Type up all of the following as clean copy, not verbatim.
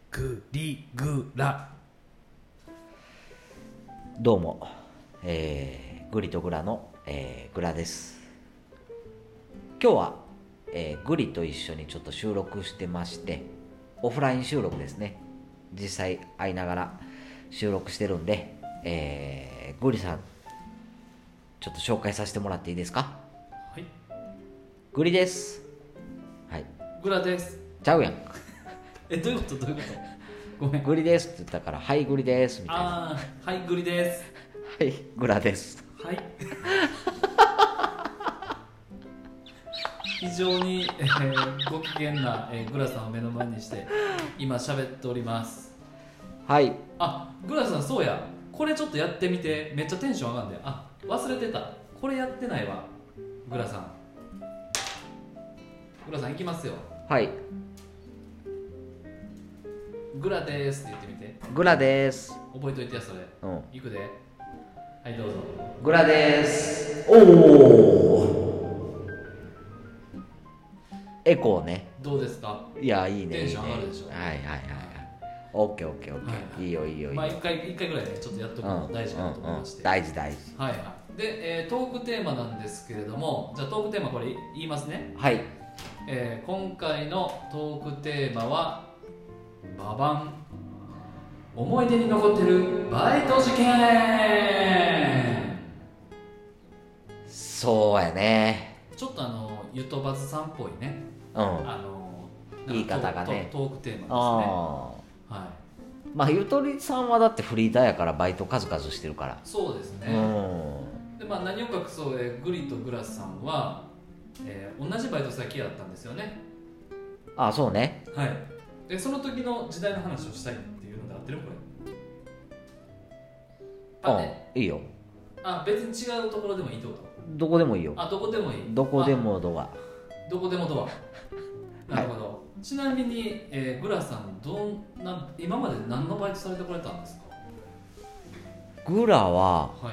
グリグラ。 どうも、グリとグラの、グラです。今日は、グリと一緒にちょっと収録してまして、オフライン収録ですね。実際会いながら収録してるんで、グリさんちょっと紹介させてもらっていいですか。 はい。 グリです。はい。 グラです。 ちゃうやん。 どういうことどういうこと。ごめん。 グリですって言ったから、はいグリですみたいな。 ああ、はいグリです。 はいグラです。 はい。非常に、ご機嫌な、グラさんを目の前にして今喋っております。 はい。 あ、グラさんそうや。これちょっとやってみて。めっちゃテンション上がるんで。あ、忘れてた。これやってないわ。グラさん。グラさんいきますよ。 はい。 グラですって言ってみて。 グラです。 覚えといてやそれ。 うん。 いくで。はいどうぞ。 グラです。おお。エコーね。 どうですか。 いや、いいね。 テンション上がるでしょ。 はいはいはいはい。オッケーオッケーオッケー。いいよいいよいいよ。 まあ一回ぐらいねちょっとやっとくの大事かなと思いまして。 大事大事。 はいはい。で、トークテーマなんですけれども、じゃあトークテーマこれ言いますね。 はい。 今回のトークテーマはババン。思い出に残ってるバイト事件。 そうやね。 ちょっとゆとばずさんっぽいね。 うん。言い方がね。 トークテーマですね。はい。 まあゆとりさんはだってフリーターやからバイト数々してるから。 そうですね。でまあ何を隠そう、グリとグラスさんは、同じバイト先やったんですよね。 ああそうね。 はい。でその時の時代の話をしたいっていうので合ってるこれ。 ね、いいよ。 別に違うところでもいいってこと。 どこでもいいよ。 どこでもいい。 どこでもドア。 どこでもドア。なるほど。はい、ちなみに、グラさん今まで何のバイトされてこられたんですか。 グラは、 はい、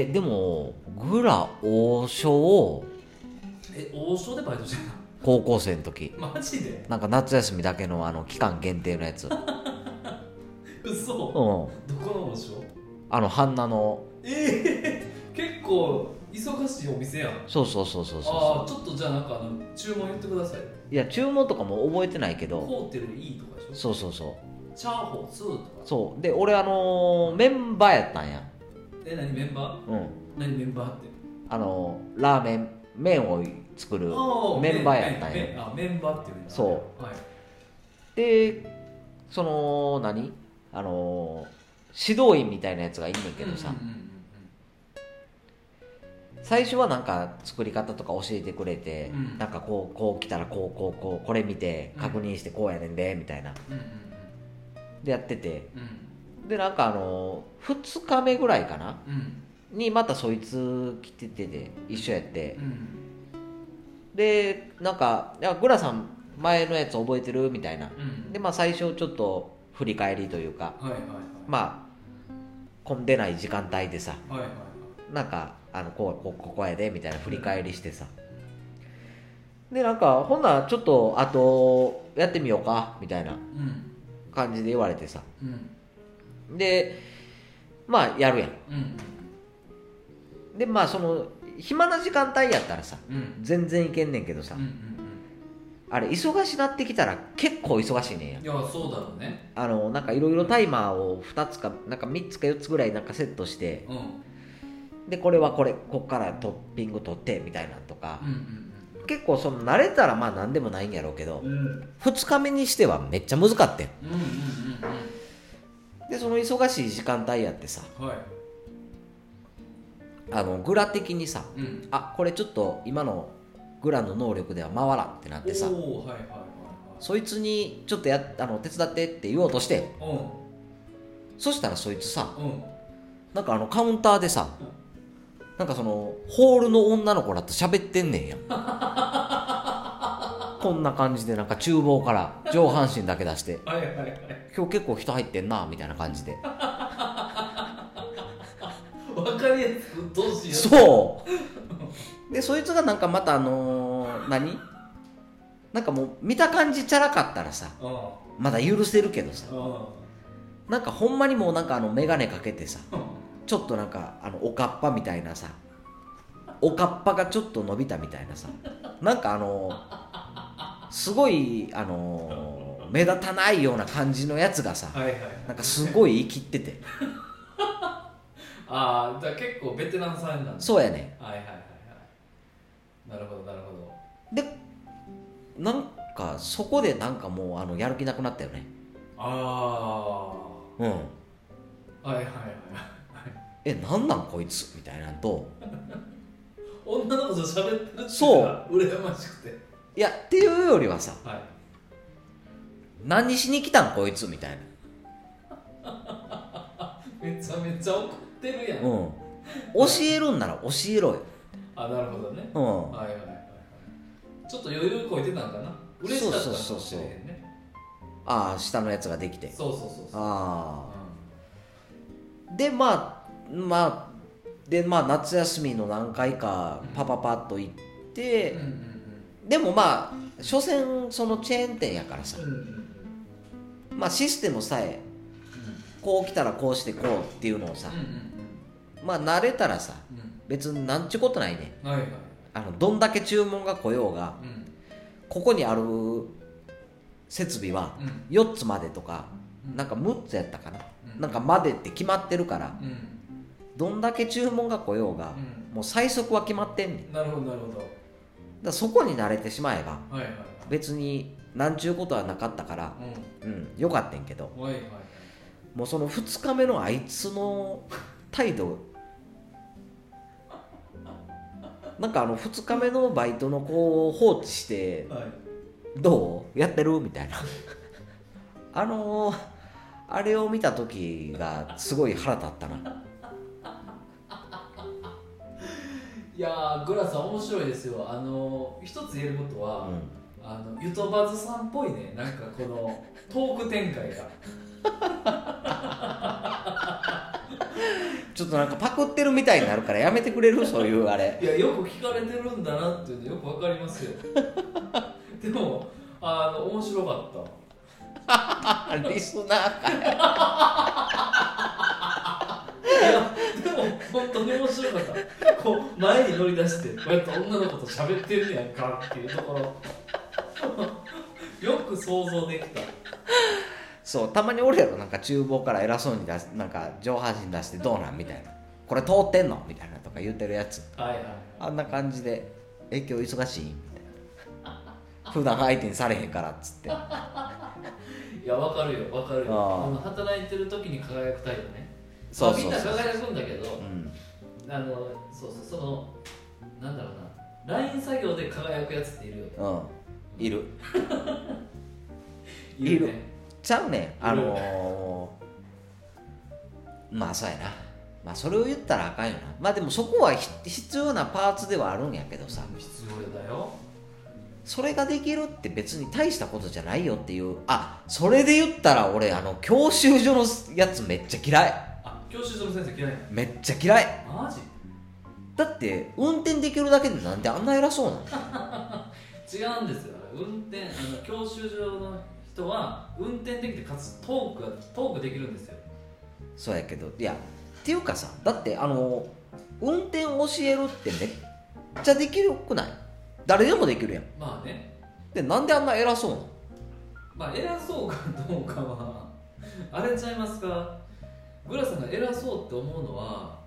でもグラ王将を王将でバイトしてた。 高校生の時。 マジで。 なんか夏休みだけの期間限定のやつ。 嘘。 うん。 どこの王将。 半名の。 結構忙しいお店やん。 そうそうそうそうそう。 ちょっとじゃあ注文言ってください。 いや注文とかも覚えてないけど。 ホーテル E とかでしょ。 そうそうそう。 チャーホー2とか。 そうで俺メンバーやったんや。 何メンバー。うん。何メンバーって。 ラーメン麺を作るメンバーやったんや。 メンバーっていうね。 そう、はい、で指導員みたいなやつがいんねんけどさ、最初はなんか作り方とか教えてくれて、なんかこう来たらこれ見て確認してこうやねんでみたいな、でやってて、でなんか2日目ぐらいかな、にまたそいつ来てて一緒やって、でなんか「グラさん前のやつ覚えてる?」みたいな、でまあ最初ちょっと振り返りというか、まあ混んでない時間帯でさ、なんかここやでみたいな振り返りしてさ、でなんかほんならちょっとあとやってみようかみたいな感じで言われてさ、でまあやるやん、でまあその暇な時間帯やったらさ、全然いけんねんけどさ、あれ忙しなってきたら結構忙しいねんや。 いやそうだろうね。 なんかいろいろタイマーを2つかなんか3つか4つぐらいなんかセットして、でこれはこっからトッピング取ってみたいなんとか、結構その慣れたらまあ何でもないんやろうけど、2日目にしてはめっちゃ難かってん。でその忙しい時間帯やってさ、グラ的にさ、これちょっと今のグラの能力では回らんってなってさ、そいつにちょっと手伝ってって言おうとして、そしたらそいつさ、なんかカウンターでさ、なんかそのホールの女の子らと喋ってんねんやこんな感じでなんか厨房から上半身だけ出して今日結構人入ってんなみたいな感じで分かりやすくどうしよう。 そうでそいつがなんかまたなんかもう見た感じチャラかったらさまだ許せるけどさ、なんかほんまにもうなんか眼鏡かけてさちょっとなんかおかっぱみたいなさ、おかっぱがちょっと伸びたみたいなさ、なんかすごい目立たないような感じのやつがさ、なんかすごい生きっててああ、じゃあ結構ベテランさんなんだ。 そうやね。 はいはいはいはい。なるほどなるほど。 でなんかそこでなんかもうやる気なくなったよね。 ああ、 うん、 はいはいはい。 なんなんこいつみたいなんと女の子と喋ってるっていうのが羨ましくて、 いやっていうよりはさ、 はい、 何しに来たんこいつみたいなめちゃめちゃ怒ってるやん、 教えるんなら教えろよ。 あ、なるほどね、はいはいはい。ちょっと余裕こいてたんかな、嬉しかったかもしれへんね。 ああ、下のやつができて、 そうそうそうそう、 ああ、で夏休みの何回かパパパッと行って、でも所詮そのチェーン店やからさ、システムさえこう来たらこうしてこうっていうのをさ、慣れたらさ、別になんちゅうことないね、どんだけ注文が来ようが、ここにある設備は4つまでとか、なんか6つやったかな、なんかまでって決まってるから、どんだけ注文が来ようが、もう最速は決まってんねん。 なるほどなるほど。 だそこに慣れてしまえば、別になんちゅうことはなかったから、よかったんけど、もうその2日目のあいつの態度なんか2日目のバイトの子を放置して、どうやってるみたいなあれを見た時がすごい腹立ったな。 いやー、グラさん面白いですよ。一つ言えることは、ゆとばずさんっぽいね、なんかこのトーク展開がちょっとなんかパクってるみたいになるからやめてくれる、そういうあれ。 いや、よく聞かれてるんだなっていうのよくわかりますよでも面白かったリスナーかよいやでも本当に面白かった。こう前に乗り出してこうやって女の子と喋ってるやんかっていうところよく想像できた。 そう、たまにおるやろ、なんか厨房から偉そうに出す、なんか上半身出してどうなんみたいな、これ通ってんのみたいなとか言ってるやつ、あんな感じで今日忙しいみたいな普段相手にされへんからっつっていや、わかるよわかるよ。働いてる時に輝くタイプね。みんな輝くんだけど、そのなんだろうな、ライン作業で輝くやつっているよね。 いるいるね。 ちゃうねん、そうやな、それを言ったらあかんよな。でもそこは必要なパーツではあるんやけどさ、 必要だよ。 それができるって別に大したことじゃないよっていう。それで言ったら俺教習所のやつめっちゃ嫌い。 教習所の先生嫌いなの？ めっちゃ嫌い。 マジ？ だって運転できるだけでなんであんな偉そうなの違うんですよ。教習所の人は運転できてかつトークできるんですよ。 そうやけど、いやっていうかさ、だって運転教えるってめっちゃできるくない？誰でもできるやん。でなんであんな偉そうなの？ 偉そうかどうかはあれちゃいますか。グラさんが偉そうって思うのは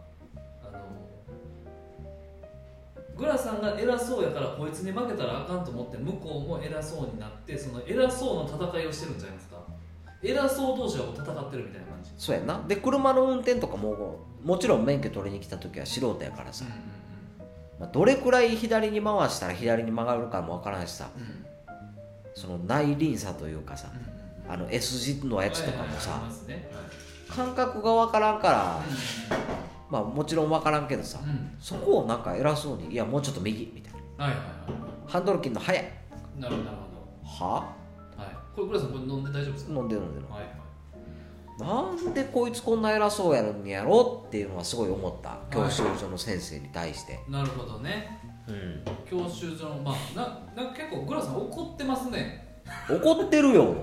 グラさんが偉そうやからこいつに負けたらあかんと思って向こうも偉そうになって、その偉そうの戦いをしてるんじゃないですか。偉そう同士が戦ってるみたいな感じ。 そうやな。で車の運転とかもちろん免許取りに来た時は素人やからさ、どれくらい左に回したら左に曲がるかもわからないしさ、その内輪差というかさ、S 字のやつとかもさ、感覚がわからんから、もちろんわからんけどさ、そこをなんか偉そうに、いやもうちょっと右みたいな、ハンドル切るの早い。 なるほどは、これグラさんこれ飲んで大丈夫ですか？ 飲んでる、なんでこいつこんな偉そうやるんやろっていうのはすごい思った、教習所の先生に対して。 なるほどね。 教習所のまあなんか結構グラさん怒ってますね。 怒ってるよ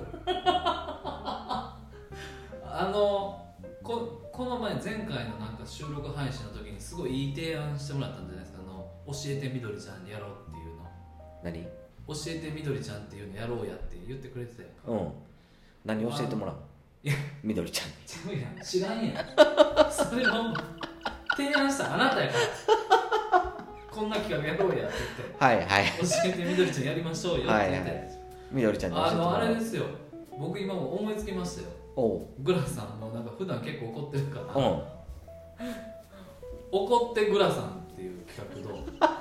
この前回のなんか収録配信の時にすごいいい提案してもらったんじゃないですか。教えてみどりちゃんにやろうっていうの。 何？ 教えてみどりちゃんっていうのやろうやって言ってくれてたよ。 うん。何教えてもらう？いや、みどりちゃんに。知らんやん。それを提案したあなたやから。こんな企画やろうやって言って。 はいはい。 教えてみどりちゃんやりましょうよって言って。はいはい。 みどりちゃんに教えてもらう。 あれですよ。僕今も思いつきましたよ。おう。グラさんもなんか普段結構怒ってるから。うん。怒ってグラさんっていう企画どう？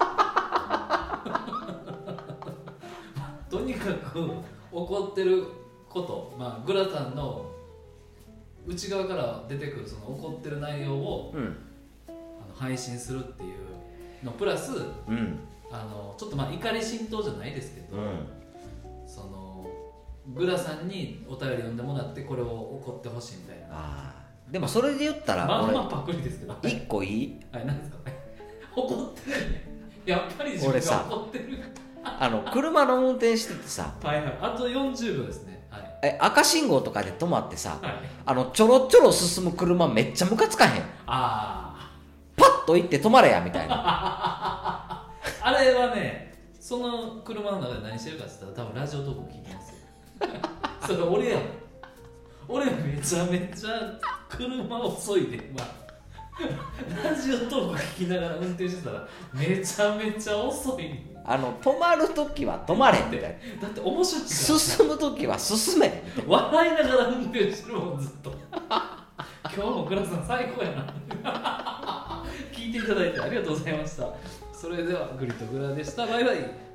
とにかく怒ってること、まあ、グラタンの内側から出てくるその怒ってる内容を、配信するっていうのプラス、ちょっとまあ怒り心頭じゃないですけど、そのグラさんにお便り読んでもらってこれを怒ってほしいみたいな。 でもそれで言ったらまあまあパクリですけど、 1個いい？ はい、何ですかね。怒ってるね。やっぱり自分が怒ってる。 車の運転しててさ、 はいはい、あと40秒ですね、はい、 赤信号とかで止まってさ、はい、ちょろちょろ進む車めっちゃムカつかへん？パッと行って止まれやみたいなあれはね、その車の中で何してるかって言ったら多分ラジオトーク聞いてますよそれ俺やん。俺めちゃめちゃ車遅いで、ラジオトーク聞きながら運転してたらめちゃめちゃ遅い。 止まるときは止まれみたいな。 だって面白い。 進むときは進め。 笑いながら運転してるもんずっと今日もグラさん最高やな聞いていただいてありがとうございました。それではグリとグラでした。バイバイ。